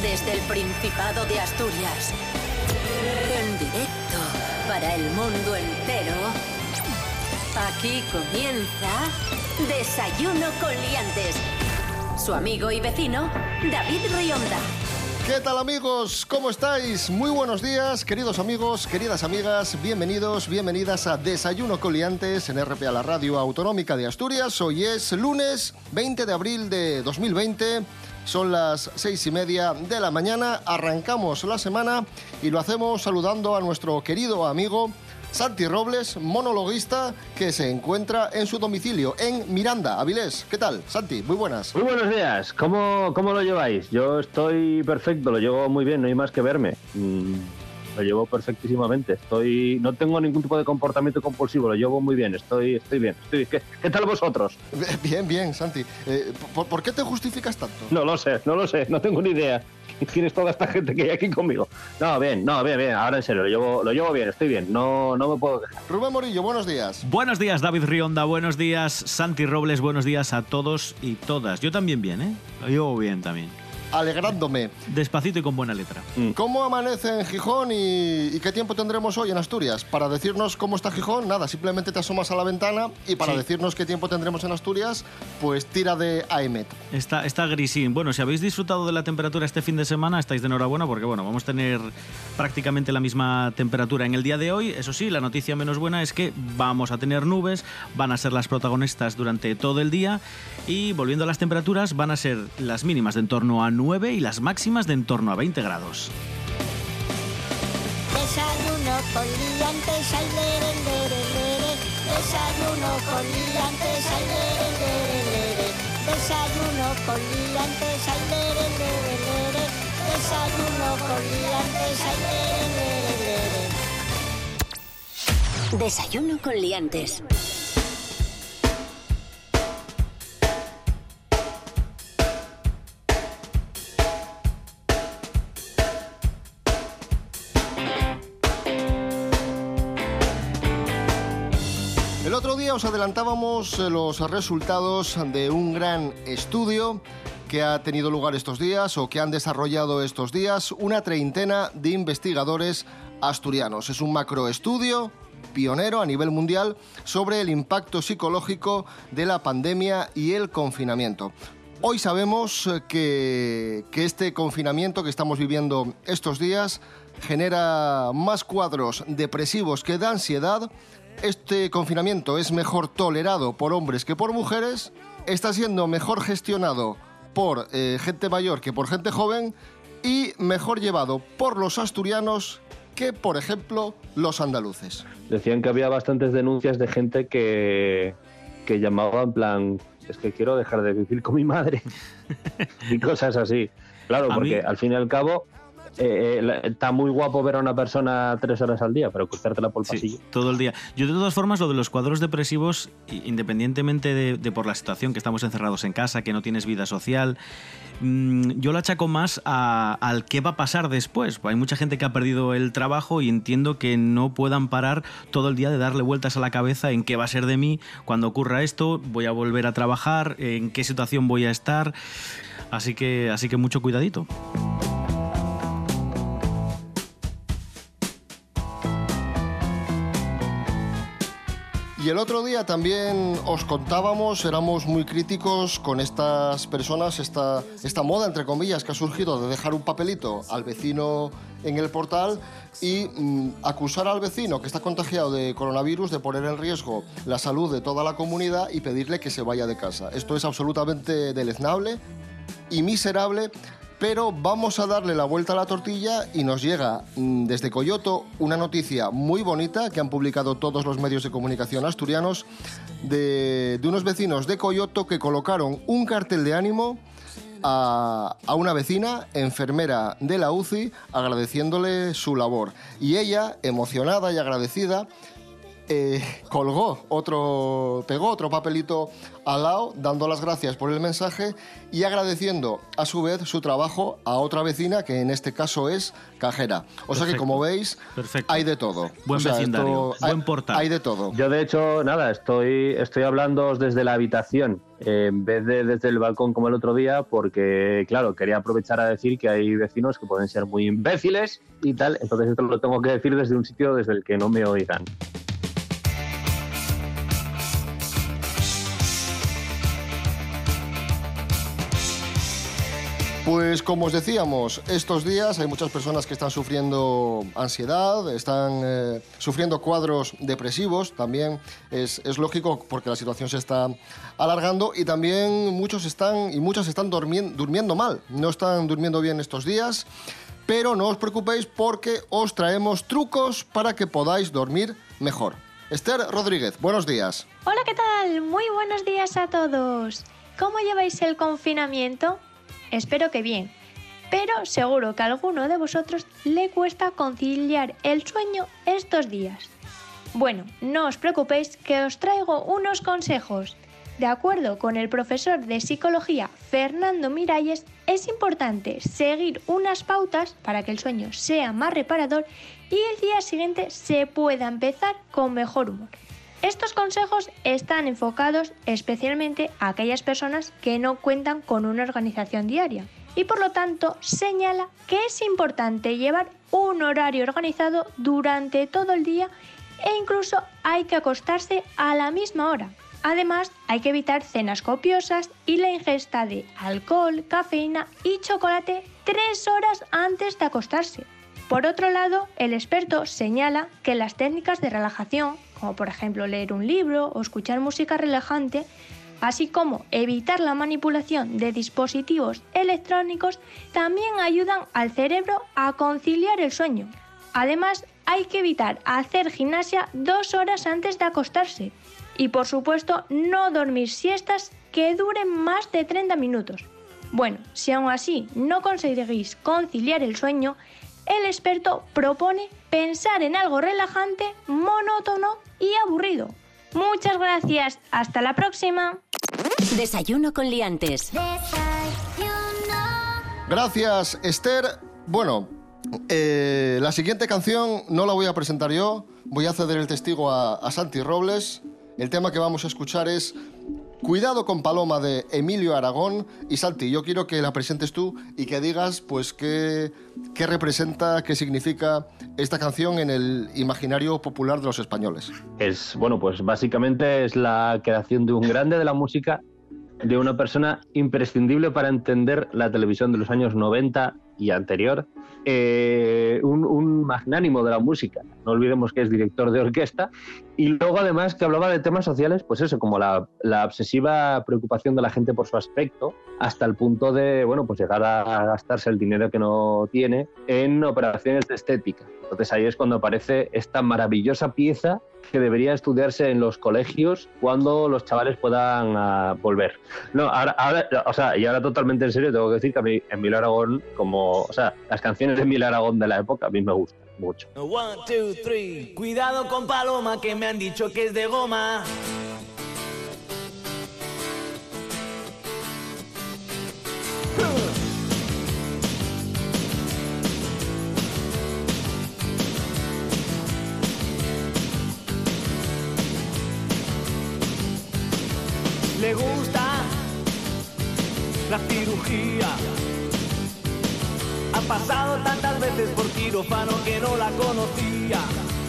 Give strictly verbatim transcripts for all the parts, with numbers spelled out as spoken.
desde el Principado de Asturias, en directo para el mundo entero, aquí comienza Desayuno con Liantes. Su amigo y vecino, David Rionda. ¿Qué tal, amigos? ¿Cómo estáis? Muy buenos días, queridos amigos, queridas amigas. Bienvenidos, bienvenidas a Desayuno con Liantes en R P A, la radio autonómica de Asturias. Hoy es lunes veinte de abril de dos mil veinte. Son las seis y media de la mañana. Arrancamos la semana y lo hacemos saludando a nuestro querido amigo Santi Robles, monologuista, que se encuentra en su domicilio, en Miranda, Avilés. ¿Qué tal, Santi? Muy buenas. Muy buenos días. ¿Cómo, cómo lo lleváis? Yo estoy perfecto, lo llevo muy bien, no hay más que verme. Mm, lo llevo perfectísimamente. Estoy, no tengo ningún tipo de comportamiento compulsivo, lo llevo muy bien, estoy, estoy bien. Estoy, ¿qué, ¿Qué tal vosotros? Bien, bien, Santi. Eh, ¿por, ¿Por qué te justificas tanto? No lo sé, no lo sé, no tengo ni idea. ¿Quién es toda esta gente que hay aquí conmigo? No, bien, no, bien, bien. Ahora en serio, lo llevo, lo llevo bien, estoy bien. No, no me puedo quejar. Rubén Morillo, buenos días. Buenos días, David Rionda. Buenos días, Santi Robles. Buenos días a todos y todas. Yo también bien, ¿eh? Lo llevo bien también. Alegrándome. Despacito y con buena letra. Mm. ¿Cómo amanece en Gijón y, y qué tiempo tendremos hoy en Asturias? Para decirnos cómo está Gijón, nada, simplemente te asomas a la ventana y para Sí. decirnos qué tiempo tendremos en Asturias, pues tira de A E M E T. Está, está grisín. Bueno, si habéis disfrutado de la temperatura este fin de semana, estáis de enhorabuena porque, bueno, vamos a tener prácticamente la misma temperatura en el día de hoy. Eso sí, la noticia menos buena es que vamos a tener nubes, van a ser las protagonistas durante todo el día y, volviendo a las temperaturas, van a ser las mínimas de en torno a nueve y las máximas de en torno a veinte grados. Desayuno con liantes, ay, lere, lere, lere. Desayuno con liantes, ay, lere, lere, lere. Desayuno con liantes, ay, lere, lere, lere. Desayuno con liantes, ay, lere, lere, lere. Desayuno con Liantes. El otro día os adelantábamos los resultados de un gran estudio que ha tenido lugar estos días o que han desarrollado estos días una treintena de investigadores asturianos. Es un macroestudio pionero a nivel mundial sobre el impacto psicológico de la pandemia y el confinamiento. Hoy sabemos que, que este confinamiento que estamos viviendo estos días genera más cuadros depresivos que de ansiedad. Este confinamiento es mejor tolerado por hombres que por mujeres, está siendo mejor gestionado por eh, gente mayor que por gente joven y mejor llevado por los asturianos que, por ejemplo, los andaluces. Decían que había bastantes denuncias de gente que, que llamaba en plan, es que quiero dejar de vivir con mi madre y cosas así. Claro, A porque mí- al fin y al cabo eh, eh, está muy guapo ver a una persona tres horas al día, pero cruzártela por el pasillo. Sí, todo el día. Yo, de todas formas, lo de los cuadros depresivos, i- independientemente de, de por la situación que estamos encerrados en casa, que no tienes vida social, mmm, yo lo achaco más a- al qué va a pasar después. Hay mucha gente que ha perdido el trabajo y entiendo que no puedan parar todo el día de darle vueltas a la cabeza en qué va a ser de mí cuando ocurra esto, voy a volver a trabajar, en qué situación voy a estar. Así que, así que mucho cuidadito. Y el otro día también os contábamos, éramos muy críticos con estas personas, esta, esta moda, entre comillas, que ha surgido de dejar un papelito al vecino en el portal y mm, acusar al vecino que está contagiado de coronavirus de poner en riesgo la salud de toda la comunidad y pedirle que se vaya de casa. Esto es absolutamente deleznable y miserable. Pero vamos a darle la vuelta a la tortilla y nos llega mmm, desde Coyoto una noticia muy bonita que han publicado todos los medios de comunicación asturianos de, de unos vecinos de Coyoto que colocaron un cartel de ánimo a, a una vecina, enfermera de la U C I, agradeciéndole su labor. Y ella, emocionada y agradecida, eh, colgó otro, pegó otro papelito al lado, dando las gracias por el mensaje y agradeciendo a su vez su trabajo a otra vecina, que en este caso es cajera. O Perfecto. sea que, como veis, Perfecto. hay de todo. Buen o sea, vecindario, esto, buen hay, portal. Hay de todo. Yo, de hecho, nada, estoy, estoy hablando desde la habitación eh, en vez de desde el balcón como el otro día, porque, claro, quería aprovechar a decir que hay vecinos que pueden ser muy imbéciles y tal, entonces esto lo tengo que decir desde un sitio desde el que no me oigan. Pues como os decíamos, estos días hay muchas personas que están sufriendo ansiedad, están eh, sufriendo cuadros depresivos, también es, es lógico porque la situación se está alargando y también muchos están y muchas están durmiendo, durmiendo mal, no están durmiendo bien estos días, pero no os preocupéis porque os traemos trucos para que podáis dormir mejor. Esther Rodríguez, buenos días. Hola, ¿qué tal? Muy buenos días a todos. ¿Cómo lleváis el confinamiento? Espero que bien, pero seguro que a alguno de vosotros le cuesta conciliar el sueño estos días. Bueno, no os preocupéis que os traigo unos consejos. De acuerdo con el profesor de psicología Fernando Miralles, es importante seguir unas pautas para que el sueño sea más reparador y el día siguiente se pueda empezar con mejor humor. Estos consejos están enfocados especialmente a aquellas personas que no cuentan con una organización diaria y por lo tanto señala que es importante llevar un horario organizado durante todo el día e incluso hay que acostarse a la misma hora. Además, hay que evitar cenas copiosas y la ingesta de alcohol, cafeína y chocolate tres horas antes de acostarse. Por otro lado, el experto señala que las técnicas de relajación, como por ejemplo leer un libro o escuchar música relajante, así como evitar la manipulación de dispositivos electrónicos, también ayudan al cerebro a conciliar el sueño. Además, hay que evitar hacer gimnasia dos horas antes de acostarse y, por supuesto, no dormir siestas que duren más de treinta minutos. Bueno, si aún así no conseguís conciliar el sueño, el experto propone pensar en algo relajante, monótono y aburrido. Muchas gracias. Hasta la próxima. Desayuno con liantes. Gracias, Esther. Bueno, eh, la siguiente canción no la voy a presentar yo. Voy a ceder el testigo a, a Santi Robles. El tema que vamos a escuchar es Cuidado con Paloma, de Emilio Aragón. Y Santi, yo quiero que la presentes tú y que digas pues qué, qué representa, qué significa esta canción en el imaginario popular de los españoles. Es, bueno, pues básicamente es la creación de un grande de la música, de una persona imprescindible para entender la televisión de los años noventa y anterior, eh, un, un magnánimo de la música, no olvidemos que es director de orquesta, y luego además que hablaba de temas sociales, pues eso, como la, la obsesiva preocupación de la gente por su aspecto, hasta el punto de, bueno, pues llegar a gastarse el dinero que no tiene en operaciones de estética. Entonces ahí es cuando aparece esta maravillosa pieza que debería estudiarse en los colegios cuando los chavales puedan uh, volver. No, ahora, ahora, o sea, y ahora totalmente en serio tengo que decir que a mí Emilio Aragón, como, o sea, las canciones de Emilio Aragón de la época a mí me gustan mucho. One, two, three. Cuidado con Paloma, que me han dicho que es de goma. Le gusta la cirugía. Ha pasado tantas veces por quirófano que no la conocía.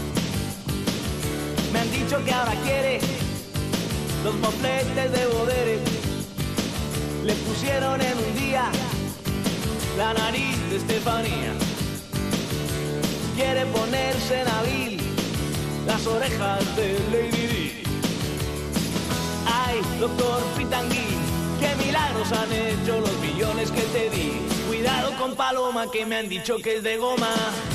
Me han dicho que ahora quiere los mofletes de Bodere. Le pusieron en un día la nariz de Estefanía. Quiere ponerse en abril las orejas de Lady Di. Ay, doctor Pitangui, qué milagros han hecho los millones que te di. Cuidado con Paloma, que me han dicho que es de goma.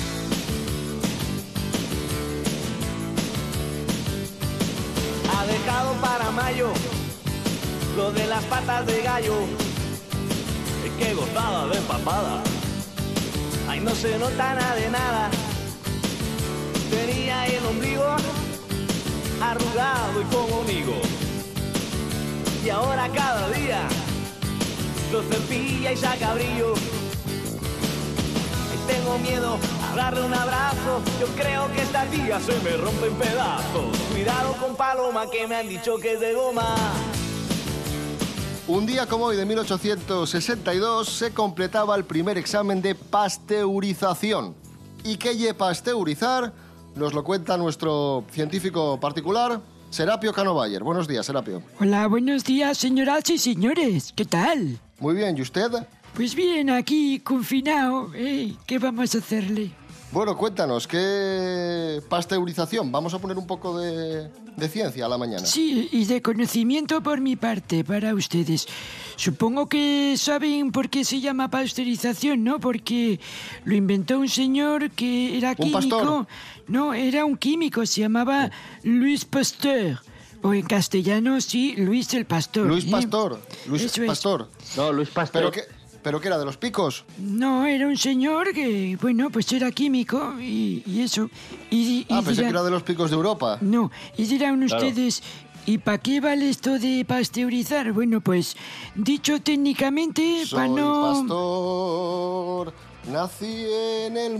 Ha dejado para mayo lo de las patas de gallo. Qué gozada de papada. Ay, no se nota nada de nada. Tenía el ombligo arrugado y como un higo. Y ahora cada día lo cepilla y saca brillo. Y tengo miedo a darle un abrazo. Yo creo que esta tía se me rompe en pedazos. Cuidado con Paloma, que me han dicho que es de goma. Un día como hoy de mil ochocientos sesenta y dos se completaba el primer examen de pasteurización. ¿Y qué lle pasteurizar? Nos lo cuenta nuestro científico particular, Serapio Cano Bayer. Buenos días, Serapio. Hola, buenos días, señoras y señores. ¿Qué tal? Muy bien, ¿y usted? Pues bien, aquí confinado. ¿eh? ¿Qué vamos a hacerle? Bueno, cuéntanos, ¿qué pasteurización? Vamos a poner un poco de, de ciencia a la mañana. Sí, y de conocimiento por mi parte para ustedes. Supongo que saben por qué se llama pasteurización, ¿no? Porque lo inventó un señor que era ¿Un químico. pastor? No, era un químico, se llamaba Louis Pasteur. O en castellano, sí, Luis el Pastor. Luis ¿eh? Pastor, Luis Eso es. Pastor. No, Luis Pasteur. ¿Pero qué, ¿Pero qué era, de los picos? No, era un señor que, bueno, pues era químico y, y eso. Y, y Ah, pensé dirán- que era de los picos de Europa. No, y dirán Claro. ustedes, ¿y para qué vale esto de pasteurizar? Bueno, pues, dicho técnicamente, para Soy no... pastor, nací en el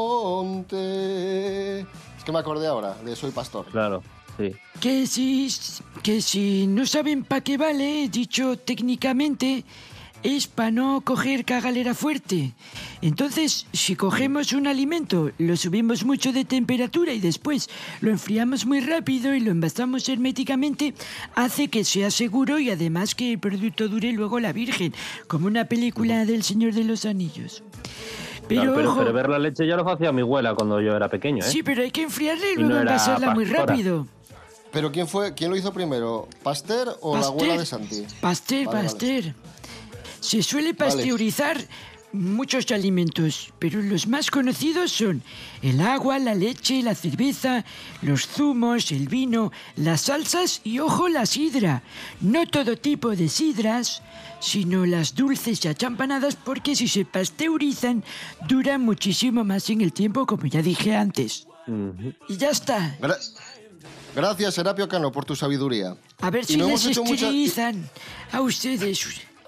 monte. Es que me acordé ahora de Soy Pastor. Claro, sí. Que si, que si no saben para qué vale, dicho técnicamente, es para no coger cagalera fuerte. Entonces, si cogemos un alimento, lo subimos mucho de temperatura y después lo enfriamos muy rápido y lo envasamos herméticamente, hace que sea seguro y además que el producto dure luego la Virgen, como una película del Señor de los Anillos. Pero, Claro, pero, ojo, pero ver la leche ya lo hacía mi abuela cuando yo era pequeño, ¿eh? sí, pero hay que enfriarla y Y luego no era envasarla muy pastora. rápido. ¿Pero quién fue, quién lo hizo primero? ¿Pasteur o la abuela de Santi? Pasteur, Vale, vale. Pasteur. Se suele pasteurizar muchos alimentos, pero los más conocidos son el agua, la leche, la cerveza, los zumos, el vino, las salsas y, ojo, la sidra. No todo tipo de sidras, sino las dulces y achampanadas, porque si se pasteurizan duran muchísimo más en el tiempo, como ya dije antes. Ujú. Y ya está. Gra- Gracias, Serapio Cano, por tu sabiduría. A ver Y si no les hemos hecho mucha- esterilizan a ustedes.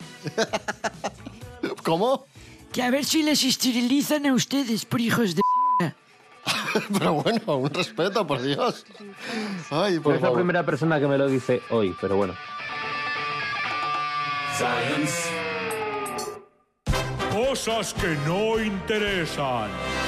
¿Cómo? Que a ver si les esterilizan a ustedes, por hijos de... p***. Pero bueno, un respeto, por Dios. Ay, por Eres la favor. primera persona que me lo dice hoy, pero bueno. Cosas que no interesan.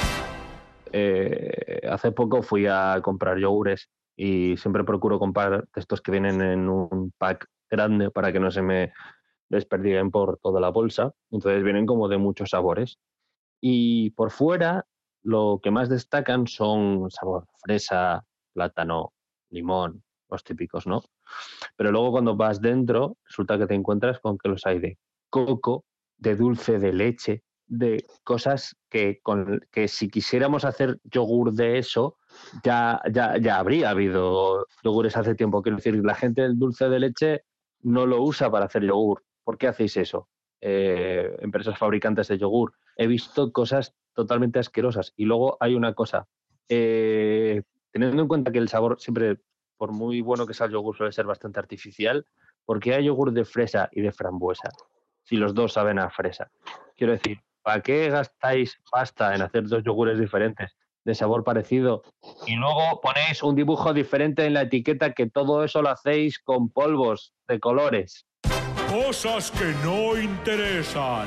Eh, hace poco fui a comprar yogures y siempre procuro comprar de estos que vienen en un pack grande para que no se me desperdiguen por toda la bolsa. Entonces vienen como de muchos sabores. Y por fuera lo que más destacan son sabor fresa, plátano, limón, los típicos, ¿no? Pero luego cuando vas dentro resulta que te encuentras con que los hay de coco, de dulce de leche, de cosas que, con, que si quisiéramos hacer yogur de eso, ya, ya, ya habría habido yogures hace tiempo. Quiero decir, la gente del dulce de leche no lo usa para hacer yogur. ¿Por qué hacéis eso? Eh, empresas fabricantes de yogur. He visto cosas totalmente asquerosas. Y luego hay una cosa. Eh, teniendo en cuenta que el sabor siempre, por muy bueno que sea el yogur, suele ser bastante artificial, ¿por qué hay yogur de fresa y de frambuesa? Si los dos saben a fresa. Quiero decir, ¿para qué gastáis pasta en hacer dos yogures diferentes de sabor parecido y luego ponéis un dibujo diferente en la etiqueta que todo eso lo hacéis con polvos de colores? Cosas que no interesan.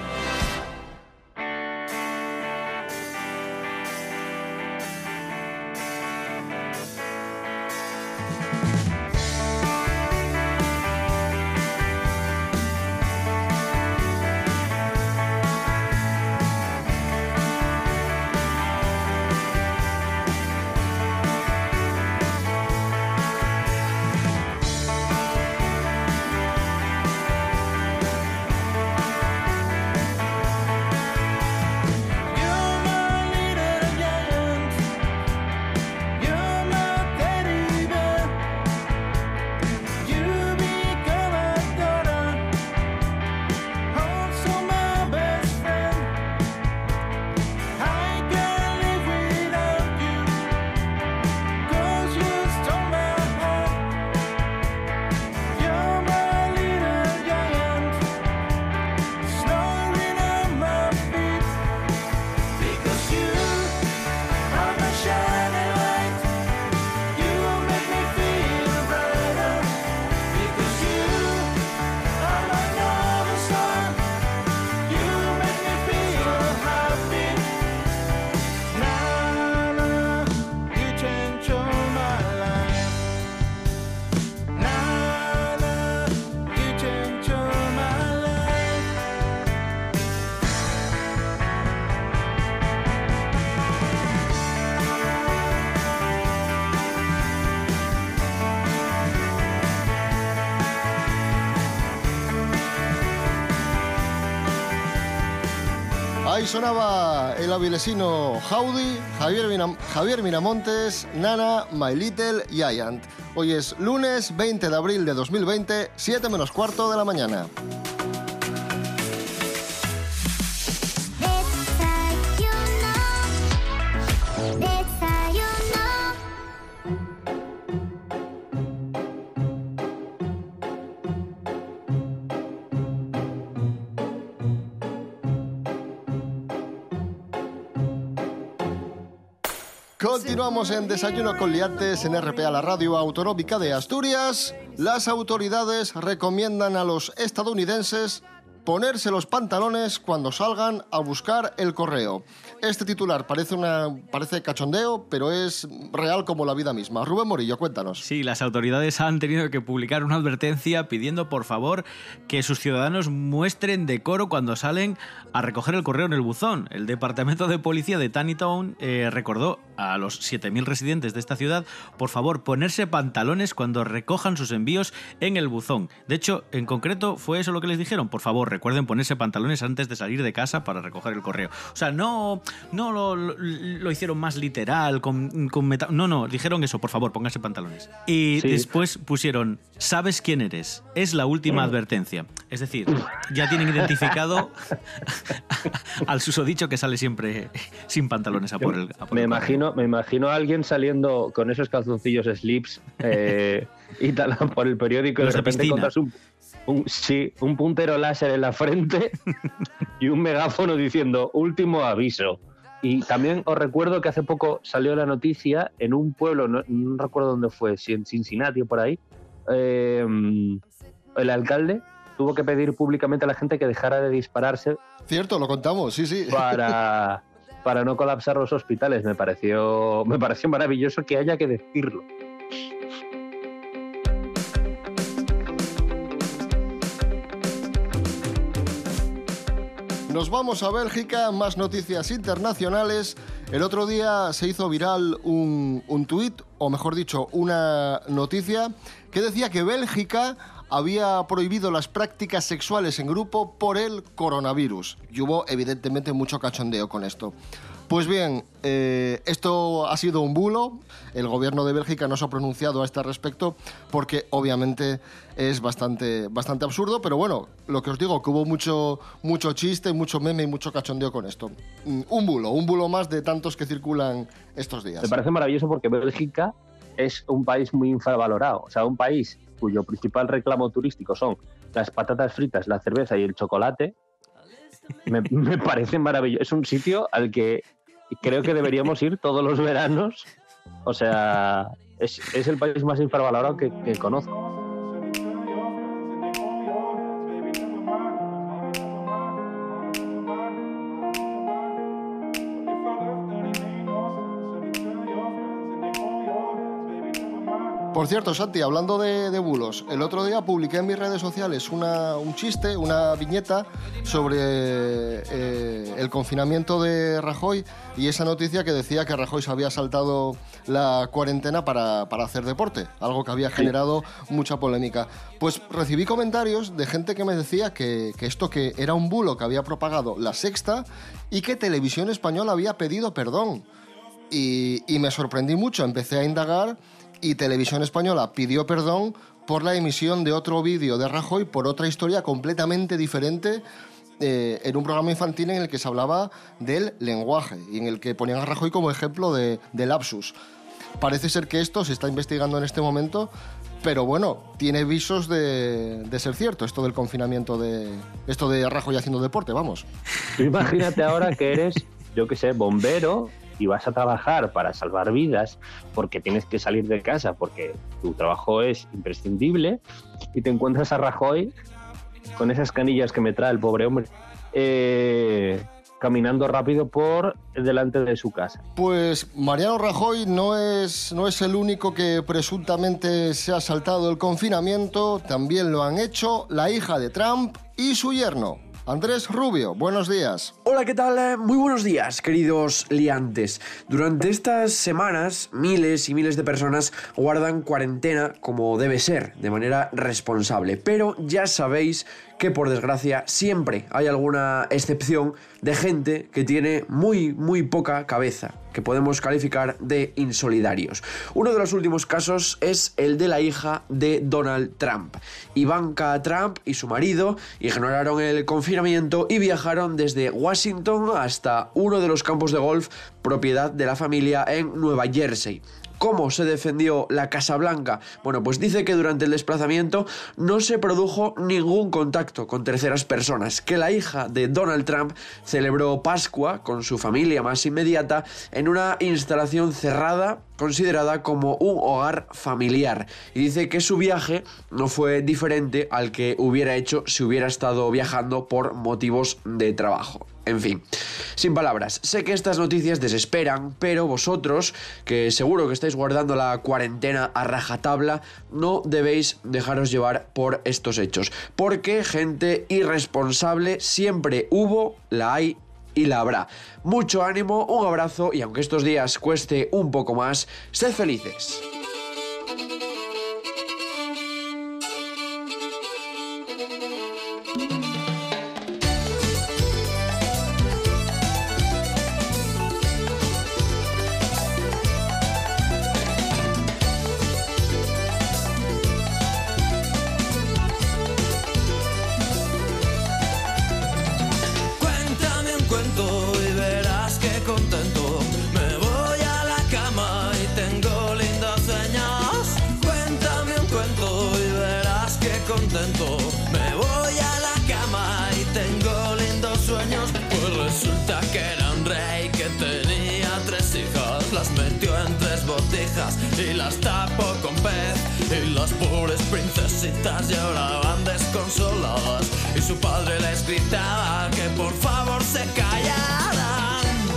Ahí sonaba el avilesino Howdy, Javier, Mina- Javier Miramontes, Nana, My Little Giant. Hoy es lunes veinte de abril de dos mil veinte, siete menos cuarto de la mañana. Continuamos en Desayuno con Liantes en R P A, la radio autonómica de Asturias. Las autoridades recomiendan a los estadounidenses ponerse los pantalones cuando salgan a buscar el correo. Este titular parece, una, parece cachondeo, pero es real como la vida misma. Rubén Morillo, cuéntanos. Sí, las autoridades han tenido que publicar una advertencia pidiendo, por favor, que sus ciudadanos muestren decoro cuando salen a recoger el correo en el buzón. El Departamento de Policía de Taneytown eh, recordó a los siete mil residentes de esta ciudad, por favor, ponerse pantalones cuando recojan sus envíos en el buzón. De hecho, en concreto, fue eso lo que les dijeron. Por favor, recuerden ponerse pantalones antes de salir de casa para recoger el correo. O sea, no, no lo, lo, lo hicieron más literal, con, con meta... No, no, dijeron eso, por favor, pónganse pantalones. Y sí. Después pusieron, ¿sabes quién eres? Es la última advertencia. Es decir, ya tienen identificado al susodicho que sale siempre sin pantalones a por el, a por me el imagino Me imagino a alguien saliendo con esos calzoncillos slips eh, y tal por el periódico y de repente encuentras un, un, sí, un puntero láser en la frente y un megáfono diciendo último aviso. Y también os recuerdo que hace poco salió la noticia en un pueblo, no, no recuerdo dónde fue, si en Cincinnati o por ahí, eh, el alcalde tuvo que pedir públicamente a la gente que dejara de dispararse. Cierto, lo contamos, sí, sí. Para... para no colapsar los hospitales. Me pareció, me pareció maravilloso que haya que decirlo. Nos vamos a Bélgica, más noticias internacionales. El otro día se hizo viral un, un tuit, o mejor dicho, una noticia que decía que Bélgica había prohibido las prácticas sexuales en grupo por el coronavirus. Y hubo, evidentemente, mucho cachondeo con esto. Pues bien, eh, esto ha sido un bulo. El gobierno de Bélgica no se ha pronunciado a este respecto porque, obviamente, es bastante, bastante absurdo. Pero bueno, lo que os digo, que hubo mucho, mucho chiste, mucho meme y mucho cachondeo con esto. Un bulo, un bulo más de tantos que circulan estos días. Me parece maravilloso porque Bélgica es un país muy infravalorado. O sea, un país cuyo principal reclamo turístico son las patatas fritas, la cerveza y el chocolate, me, me parece maravilloso. Es un sitio al que creo que deberíamos ir todos los veranos. O sea, es, es el país más infravalorado que, que conozco. Por cierto, Santi, hablando de, de bulos, el otro día publiqué en mis redes sociales una, un chiste, una viñeta sobre eh, el confinamiento de Rajoy y esa noticia que decía que Rajoy se había saltado la cuarentena para, para hacer deporte, algo que había generado mucha polémica. Pues recibí comentarios de gente que me decía que, que esto que era un bulo que había propagado La Sexta y que Televisión Española había pedido perdón. Y, y me sorprendí mucho, empecé a indagar y Televisión Española pidió perdón por la emisión de otro vídeo de Rajoy por otra historia completamente diferente eh, en un programa infantil en el que se hablaba del lenguaje y en el que ponían a Rajoy como ejemplo de, de lapsus. Parece ser que esto se está investigando en este momento, pero bueno, tiene visos de, de ser cierto esto del confinamiento, de esto de Rajoy haciendo deporte, vamos. Tú imagínate ahora que eres, yo qué sé, bombero y vas a trabajar para salvar vidas porque tienes que salir de casa porque tu trabajo es imprescindible y te encuentras a Rajoy con esas canillas que me trae el pobre hombre eh, caminando rápido por delante de su casa. Pues Mariano Rajoy no es, no es el único que presuntamente se ha saltado el confinamiento, también lo han hecho la hija de Trump y su yerno. Andrés Rubio, buenos días. Hola, ¿qué tal? Muy buenos días, queridos liantes. Durante estas semanas, miles y miles de personas guardan cuarentena como debe ser, de manera responsable. Pero ya sabéis que por desgracia siempre hay alguna excepción de gente que tiene muy muy poca cabeza, que podemos calificar de insolidarios. Uno de los últimos casos es el de la hija de Donald Trump. Ivanka Trump y su marido ignoraron el confinamiento y viajaron desde Washington hasta uno de los campos de golf propiedad de la familia en Nueva Jersey. ¿Cómo se defendió la Casa Blanca? Bueno, pues dice que durante el desplazamiento no se produjo ningún contacto con terceras personas, que la hija de Donald Trump celebró Pascua con su familia más inmediata en una instalación cerrada considerada como un hogar familiar, y dice que su viaje no fue diferente al que hubiera hecho si hubiera estado viajando por motivos de trabajo. En fin, sin palabras, sé que estas noticias desesperan, pero vosotros, que seguro que estáis guardando la cuarentena a rajatabla, no debéis dejaros llevar por estos hechos, porque gente irresponsable siempre hubo, la hay y la habrá. Mucho ánimo, un abrazo y aunque estos días cueste un poco más, sed felices. Me voy a la cama y tengo lindos sueños. Pues resulta que era un rey que tenía tres hijas. Las metió en tres botijas y las tapó con pez. Y las pobres princesitas lloraban desconsoladas. Y su padre les gritaba que por favor se callaran.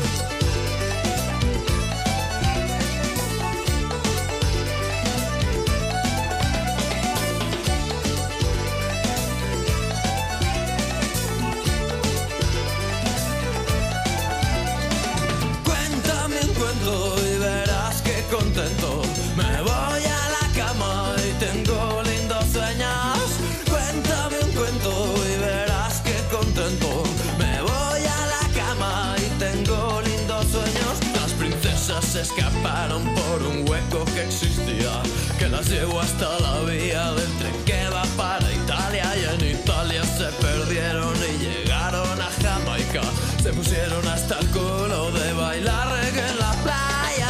Y verás que contento. Me voy a la cama y tengo lindos sueños. Cuéntame un cuento y verás que contento. Me voy a la cama y tengo lindos sueños. Las princesas se escaparon por un hueco que existía, que las llevó hasta la vía del tren que va para Italia. Y en Italia se perdieron y llegaron a Jamaica. Se pusieron hasta el culo de bailar reggae en la playa.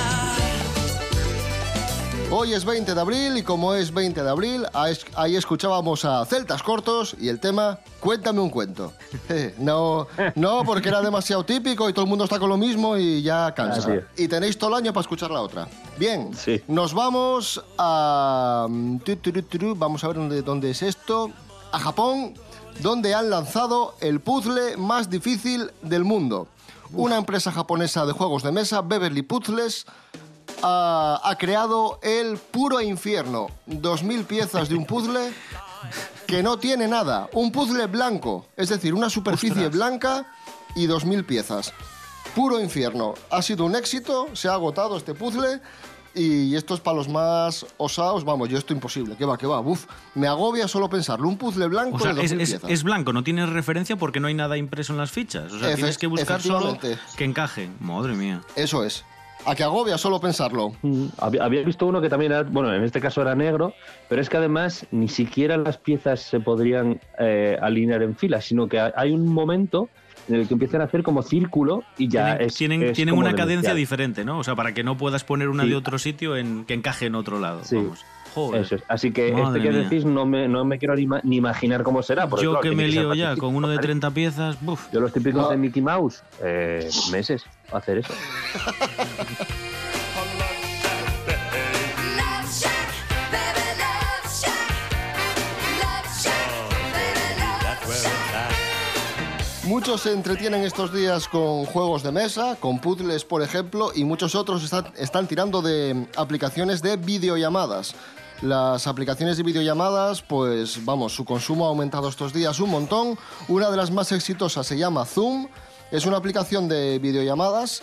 Hoy es veinte de abril y como es veinte de abril, ahí escuchábamos a Celtas Cortos y el tema Cuéntame un cuento. No, no, porque era demasiado típico y todo el mundo está con lo mismo y ya cansa. Ah, sí. Y tenéis todo el año para escuchar la otra. Bien, sí. Nos vamos a... Vamos a ver dónde, dónde es esto. A Japón, donde han lanzado el puzzle más difícil del mundo. Uf. Una empresa japonesa de juegos de mesa, Beverly Puzzles, ha, ha creado el Puro Infierno. Dos mil piezas de un puzzle que no tiene nada. Un puzzle blanco, es decir, una superficie Ostras. blanca y dos mil piezas. Puro Infierno. Ha sido un éxito, se ha agotado este puzzle. Y esto es para los más osados. Vamos, yo esto imposible. ¿Qué va, qué va? Uf, me agobia solo pensarlo. Un puzzle blanco o sea, de dos mil es, piezas. Es blanco, no tienes referencia porque no hay nada impreso en las fichas. O sea, Efe- tienes que buscar solo que encaje. Madre mía. Eso es. A que agobia solo pensarlo. Mm, había, había visto uno que también era, bueno, en este caso era negro, pero es que además ni siquiera las piezas se podrían eh, alinear en fila, sino que hay un momento en el que empiezan a hacer como círculo y ya tienen, es Tienen, es tienen como una demencial. cadencia diferente, ¿no? O sea, para que no puedas poner una sí. de otro sitio en que encaje en otro lado. Sí. Vamos. Joder. Eso es. Así que Madre este que mía. decís no me, no me quiero ni, ni imaginar cómo será. Yo claro, que me lío ya con uno de treinta piezas. Buf. Yo los típicos no. de Mickey Mouse, eh, meses hacer eso. Muchos se entretienen estos días con juegos de mesa, con puzzles, por ejemplo, y muchos otros están, están tirando de aplicaciones de videollamadas. Las aplicaciones de videollamadas, pues vamos, su consumo ha aumentado estos días un montón. Una de las más exitosas se llama Zoom, es una aplicación de videollamadas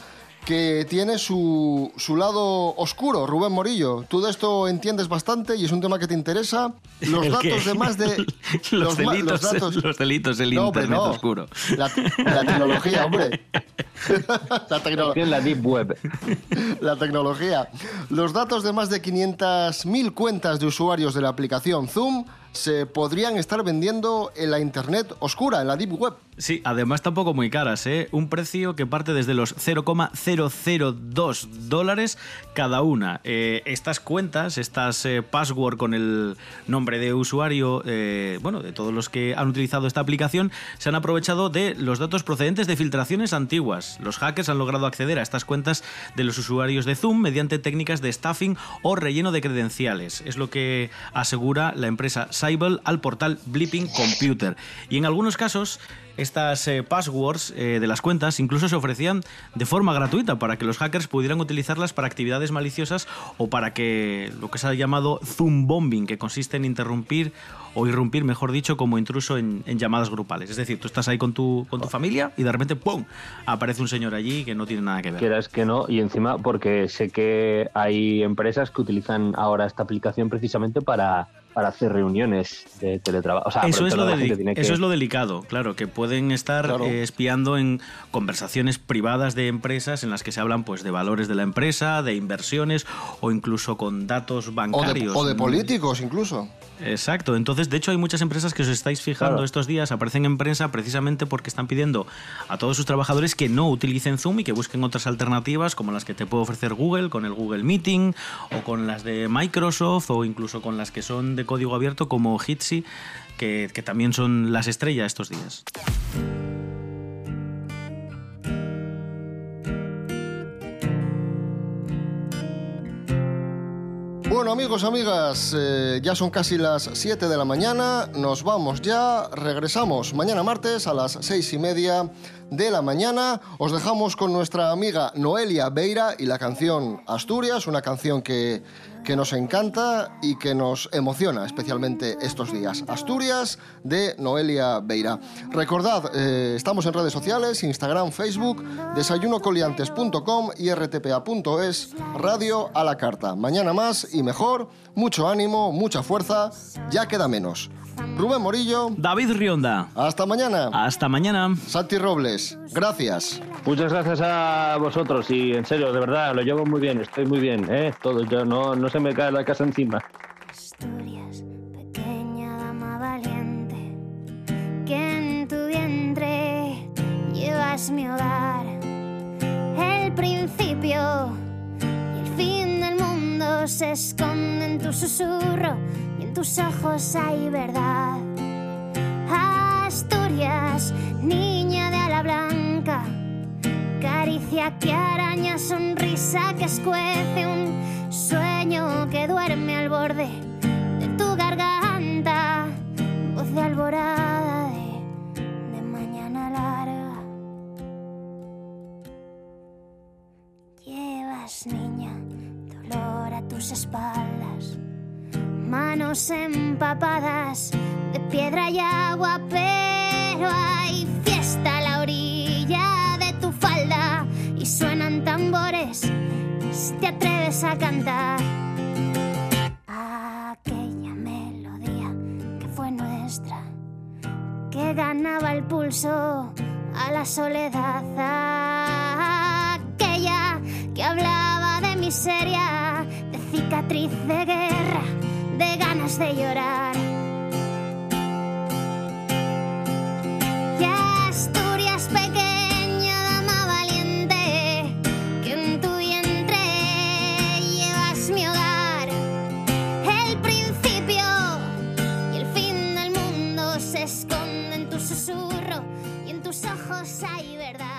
que tiene su, su lado oscuro. Rubén Morillo, tú de esto entiendes bastante y es un tema que te interesa. Los datos ¿Qué? de más de... los, los, delitos, los, datos, los delitos, el no, internet no. oscuro. La, la tecnología, hombre. la tecnología. La Deep Web. La tecnología. Los datos de más de quinientas mil cuentas de usuarios de la aplicación Zoom se podrían estar vendiendo en la Internet oscura, en la Deep Web. Sí, además tampoco muy caras, ¿eh? Un precio que parte desde los cero coma cero cero dos dólares cada una. Eh, estas cuentas, estas eh, password con el nombre de usuario, eh, bueno, de todos los que han utilizado esta aplicación, se han aprovechado de los datos procedentes de filtraciones antiguas. Los hackers han logrado acceder a estas cuentas de los usuarios de Zoom mediante técnicas de stuffing o relleno de credenciales. Es lo que asegura la empresa Siebel al portal Blipping Computer. Y en algunos casos, estas eh, passwords eh, de las cuentas incluso se ofrecían de forma gratuita para que los hackers pudieran utilizarlas para actividades maliciosas o para que lo que se ha llamado Zoom bombing, que consiste en interrumpir o irrumpir, mejor dicho, como intruso en, en llamadas grupales. Es decir, tú estás ahí con tu, con tu familia y de repente ¡pum!, aparece un señor allí que no tiene nada que ver. Quieras que no, y encima porque sé que hay empresas que utilizan ahora esta aplicación precisamente para... para hacer reuniones de teletrabajo. O sea, eso, es lo, la deli- tiene que... eso es lo delicado, claro, que pueden estar Claro. eh, espiando en conversaciones privadas de empresas en las que se hablan pues de valores de la empresa, de inversiones o incluso con datos O de, bancarios. o de políticos, incluso. Exacto, entonces de hecho hay muchas empresas que os estáis fijando Claro. estos días, aparecen en prensa precisamente porque están pidiendo a todos sus trabajadores que no utilicen Zoom y que busquen otras alternativas como las que te puede ofrecer Google con el Google Meeting o con las de Microsoft o incluso con las que son de código abierto como Jitsi, que, que también son las estrellas estos días. Bueno, amigos, amigas, eh, ya son casi las siete de la mañana, nos vamos ya, regresamos mañana martes a las seis y media de la mañana. Os dejamos con nuestra amiga Noelia Beira y la canción Asturias, una canción que, que nos encanta y que nos emociona especialmente estos días. Asturias, de Noelia Beira. Recordad, eh, estamos en redes sociales, Instagram, Facebook, desayuno coliantes punto com y r t p a punto es, radio a la carta. Mañana más y mejor, mucho ánimo, mucha fuerza, ya queda menos. Rubén Morillo. David Rionda. Hasta mañana. Hasta mañana. Santi Robles. Gracias. Muchas gracias a vosotros y en serio, de verdad, lo llevo muy bien, estoy muy bien, ¿eh? Todo, yo, no, no se me cae la casa encima. Asturias, pequeña dama valiente, que en tu vientre llevas mi hogar. El principio y el fin del mundo se esconden en tu susurro y en tus ojos hay verdad. Asturias, niña de ala blanca, caricia que araña, sonrisa que escuece, un sueño que duerme al borde de tu garganta, voz de alborada de, de mañana larga. Llevas, niña, dolor a tus espaldas, manos empapadas de piedra y agua, pero hay fiesta a la orilla de tu falda y suenan tambores si te atreves a cantar aquella melodía que fue nuestra, que ganaba el pulso a la soledad, aquella que hablaba de miseria, de cicatriz de guerra, de ganas de llorar. Y Asturias, pequeña dama valiente, que en tu vientre llevas mi hogar. El principio y el fin del mundo se esconden en tu susurro y en tus ojos hay verdad.